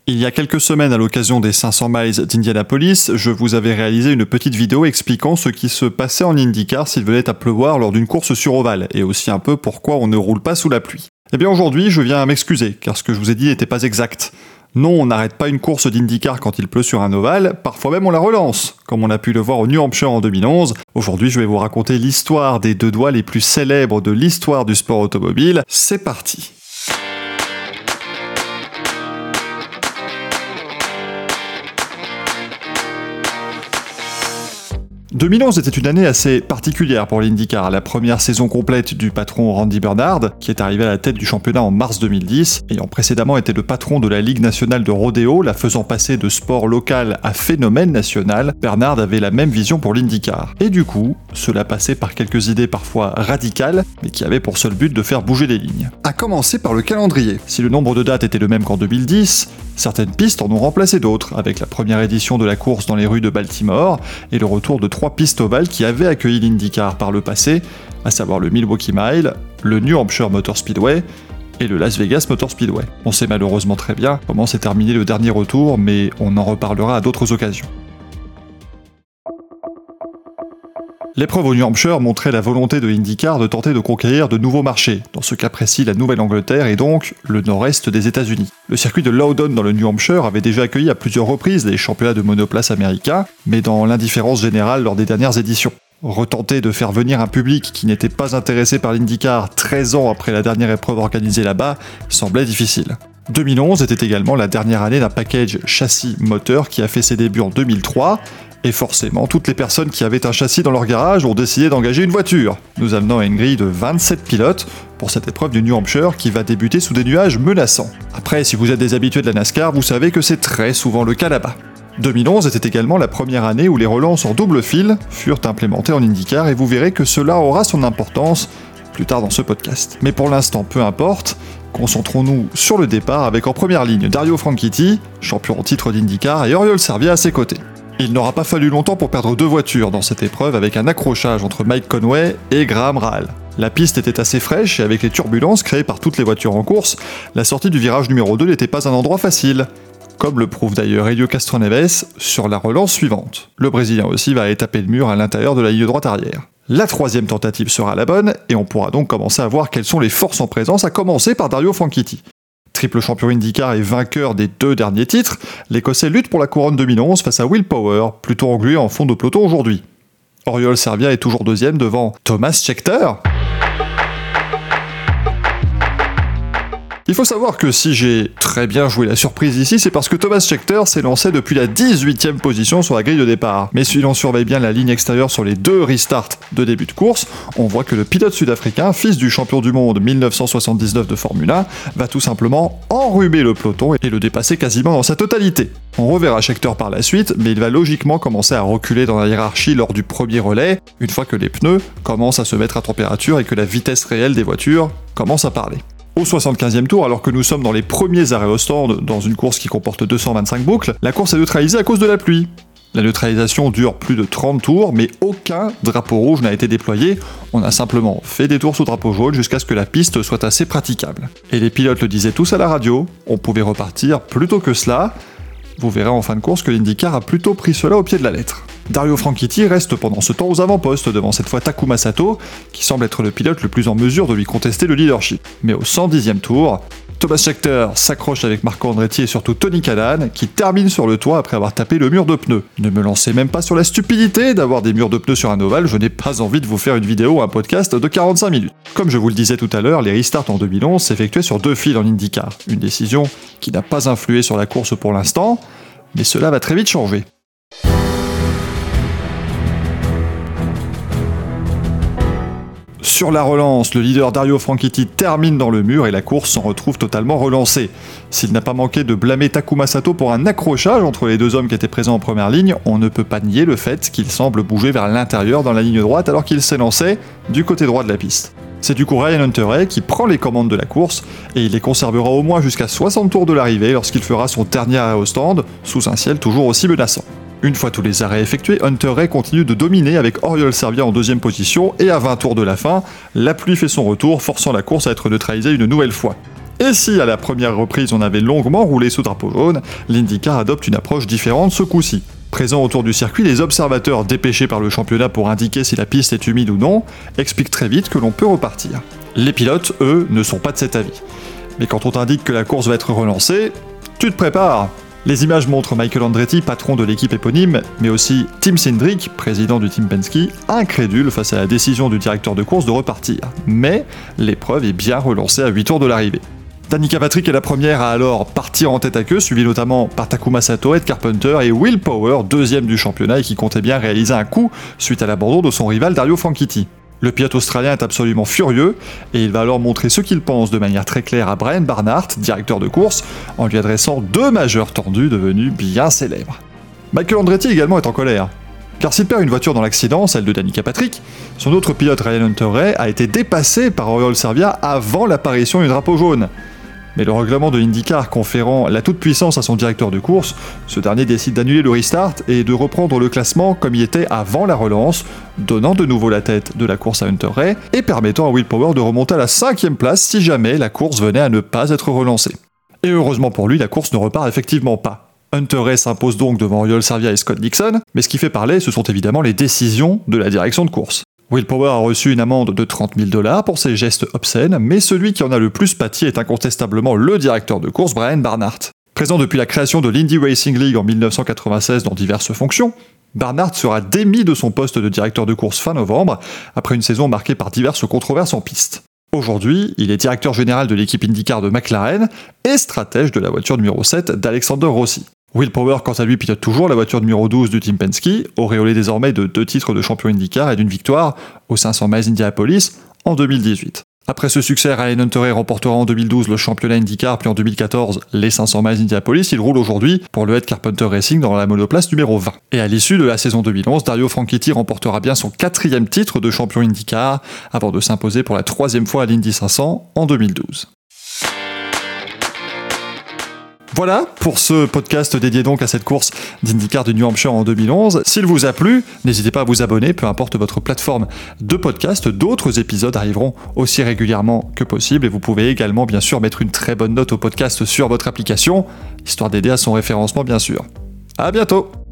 Il y a quelques semaines, à l'occasion des 500 miles d'Indianapolis, je vous avais réalisé une petite vidéo expliquant ce qui se passait en IndyCar s'il venait à pleuvoir lors d'une course sur ovale, et aussi un peu pourquoi on ne roule pas sous la pluie. Eh bien aujourd'hui, je viens à m'excuser, car ce que je vous ai dit n'était pas exact. Non, on n'arrête pas une course d'IndyCar quand il pleut sur un ovale, parfois même on la relance, comme on a pu le voir au New Hampshire en 2011. Aujourd'hui, je vais vous raconter l'histoire des deux doigts les plus célèbres de l'histoire du sport automobile. C'est parti! 2011 était une année assez particulière pour l'IndyCar, la première saison complète du patron Randy Bernard, qui est arrivé à la tête du championnat en mars 2010, ayant précédemment été le patron de la Ligue nationale de rodéo, la faisant passer de sport local à phénomène national. Bernard avait la même vision pour l'IndyCar. Et du coup, cela passait par quelques idées parfois radicales, mais qui avaient pour seul but de faire bouger les lignes. À commencer par le calendrier. Si le nombre de dates était le même qu'en 2010, certaines pistes en ont remplacé d'autres, avec la première édition de la course dans les rues de Baltimore et le retour de 3 pistes ovales qui avaient accueilli l'IndyCar par le passé, à savoir le Milwaukee Mile, le New Hampshire Motor Speedway et le Las Vegas Motor Speedway. On sait malheureusement très bien comment s'est terminé le dernier retour, mais on en reparlera à d'autres occasions. L'épreuve au New Hampshire montrait la volonté de l'IndyCar de tenter de conquérir de nouveaux marchés, dans ce cas précis la Nouvelle-Angleterre et donc le nord-est des États-Unis. Le circuit de Loudon dans le New Hampshire avait déjà accueilli à plusieurs reprises les championnats de monoplace américains, mais dans l'indifférence générale lors des dernières éditions. Retenter de faire venir un public qui n'était pas intéressé par l'IndyCar 13 ans après la dernière épreuve organisée là-bas semblait difficile. 2011 était également la dernière année d'un package châssis-moteur qui a fait ses débuts en 2003, et forcément, toutes les personnes qui avaient un châssis dans leur garage ont décidé d'engager une voiture, nous amenant à une grille de 27 pilotes pour cette épreuve du New Hampshire qui va débuter sous des nuages menaçants. Après, si vous êtes des habitués de la NASCAR, vous savez que c'est très souvent le cas là-bas. 2011 était également la première année où les relances en double fil furent implémentées en IndyCar et vous verrez que cela aura son importance plus tard dans ce podcast. Mais pour l'instant, peu importe, concentrons-nous sur le départ avec en première ligne Dario Franchitti, champion en titre d'IndyCar, et Oriol Servia à ses côtés. Il n'aura pas fallu longtemps pour perdre 2 voitures dans cette épreuve avec un accrochage entre Mike Conway et Graham Rahal. La piste était assez fraîche et avec les turbulences créées par toutes les voitures en course, la sortie du virage numéro 2 n'était pas un endroit facile. Comme le prouve d'ailleurs Helio Castroneves sur la relance suivante. Le Brésilien aussi va aller taper le mur à l'intérieur de la ligne droite arrière. La 3e tentative sera la bonne et on pourra donc commencer à voir quelles sont les forces en présence, à commencer par Dario Franchitti. Triple champion IndyCar et vainqueur des 2 derniers titres, l'Écossais lutte pour la couronne 2011 face à Will Power, plutôt englué en fond de peloton aujourd'hui. Oriol Servia est toujours 2e devant Thomas Scheckter. Il faut savoir que si j'ai très bien joué la surprise ici, c'est parce que Thomas Scheckter s'est lancé depuis la 18e position sur la grille de départ. Mais si l'on surveille bien la ligne extérieure sur les 2 restarts de début de course, on voit que le pilote sud-africain, fils du champion du monde 1979 de Formule 1, va tout simplement enrhumer le peloton et le dépasser quasiment dans sa totalité. On reverra Scheckter par la suite, mais il va logiquement commencer à reculer dans la hiérarchie lors du premier relais, une fois que les pneus commencent à se mettre à température et que la vitesse réelle des voitures commence à parler. Au 75e tour, alors que nous sommes dans les premiers arrêts au stand dans une course qui comporte 225 boucles, la course est neutralisée à cause de la pluie. La neutralisation dure plus de 30 tours, mais aucun drapeau rouge n'a été déployé, on a simplement fait des tours sous drapeau jaune jusqu'à ce que la piste soit assez praticable. Et les pilotes le disaient tous à la radio, on pouvait repartir plutôt que cela. Vous verrez en fin de course que l'IndyCar a plutôt pris cela au pied de la lettre. Dario Franchitti reste pendant ce temps aux avant-postes devant cette fois Takuma Sato, qui semble être le pilote le plus en mesure de lui contester le leadership. Mais au 110e tour, Thomas Scheckter s'accroche avec Marco Andretti et surtout Tony Kanaan, qui termine sur le toit après avoir tapé le mur de pneus. Ne me lancez même pas sur la stupidité d'avoir des murs de pneus sur un ovale, je n'ai pas envie de vous faire une vidéo ou un podcast de 45 minutes. Comme je vous le disais tout à l'heure, les restarts en 2011 s'effectuaient sur 2 fils en IndyCar, une décision qui n'a pas influé sur la course pour l'instant, mais cela va très vite changer. Sur la relance, le leader Dario Franchitti termine dans le mur et la course s'en retrouve totalement relancée. S'il n'a pas manqué de blâmer Takuma Sato pour un accrochage entre les 2 hommes qui étaient présents en première ligne, on ne peut pas nier le fait qu'il semble bouger vers l'intérieur dans la ligne droite alors qu'il s'élançait du côté droit de la piste. C'est du coup Ryan Hunter-Reay qui prend les commandes de la course et il les conservera au moins jusqu'à 60 tours de l'arrivée lorsqu'il fera son dernier arrêt au stand, sous un ciel toujours aussi menaçant. Une fois tous les arrêts effectués, Hunter-Reay continue de dominer avec Oriol Servia en 2e position et à 20 tours de la fin, la pluie fait son retour, forçant la course à être neutralisée une nouvelle fois. Et si à la première reprise on avait longuement roulé sous drapeau jaune, l'IndyCar adopte une approche différente ce coup-ci. Présents autour du circuit, les observateurs dépêchés par le championnat pour indiquer si la piste est humide ou non expliquent très vite que l'on peut repartir. Les pilotes, eux, ne sont pas de cet avis. Mais quand on t'indique que la course va être relancée, tu te prépares. Les images montrent Michael Andretti, patron de l'équipe éponyme, mais aussi Tim Cindric, président du Team Penske, incrédule face à la décision du directeur de course de repartir. Mais l'épreuve est bien relancée à 8 tours de l'arrivée. Danica Patrick est la première à alors partir en tête à queue, suivie notamment par Takuma Sato, Ed Carpenter et Will Power, deuxième du championnat et qui comptait bien réaliser un coup suite à l'abandon de son rival Dario Franchitti. Le pilote australien est absolument furieux et il va alors montrer ce qu'il pense de manière très claire à Brian Barnhart, directeur de course, en lui adressant 2 majeurs tendus devenus bien célèbres. Michael Andretti également est en colère. Car s'il perd une voiture dans l'accident, celle de Danica Patrick, son autre pilote Ryan Hunter-Reay a été dépassé par Oriol Servia avant l'apparition du drapeau jaune. Mais le règlement de IndyCar conférant la toute-puissance à son directeur de course, ce dernier décide d'annuler le restart et de reprendre le classement comme il était avant la relance, donnant de nouveau la tête de la course à Hunter-Reay et permettant à Will Power de remonter à la 5e place si jamais la course venait à ne pas être relancée. Et heureusement pour lui, la course ne repart effectivement pas. Hunter-Reay s'impose donc devant Oriol Servia et Scott Dixon, mais ce qui fait parler, ce sont évidemment les décisions de la direction de course. Will Power a reçu une amende de 30 000 $ pour ses gestes obscènes, mais celui qui en a le plus pâti est incontestablement le directeur de course Brian Barnhart. Présent depuis la création de l'Indy Racing League en 1996 dans diverses fonctions, Barnhart sera démis de son poste de directeur de course fin novembre, après une saison marquée par diverses controverses en piste. Aujourd'hui, il est directeur général de l'équipe IndyCar de McLaren et stratège de la voiture numéro 7 d'Alexander Rossi. Will Power, quant à lui, pilote toujours la voiture numéro 12 du Team Penske, auréolé désormais de 2 titres de champion IndyCar et d'une victoire aux 500 miles Indianapolis en 2018. Après ce succès, Ryan Hunter-Reay remportera en 2012 le championnat IndyCar, puis en 2014 les 500 miles Indianapolis. Il roule aujourd'hui pour le Ed Carpenter Racing dans la monoplace numéro 20. Et à l'issue de la saison 2011, Dario Franchitti remportera bien son 4e titre de champion IndyCar, avant de s'imposer pour la 3e fois à l'Indy 500 en 2012. Voilà pour ce podcast dédié donc à cette course d'IndyCar du New Hampshire en 2011. S'il vous a plu, n'hésitez pas à vous abonner, peu importe votre plateforme de podcast. D'autres épisodes arriveront aussi régulièrement que possible et vous pouvez également bien sûr mettre une très bonne note au podcast sur votre application, histoire d'aider à son référencement bien sûr. À bientôt!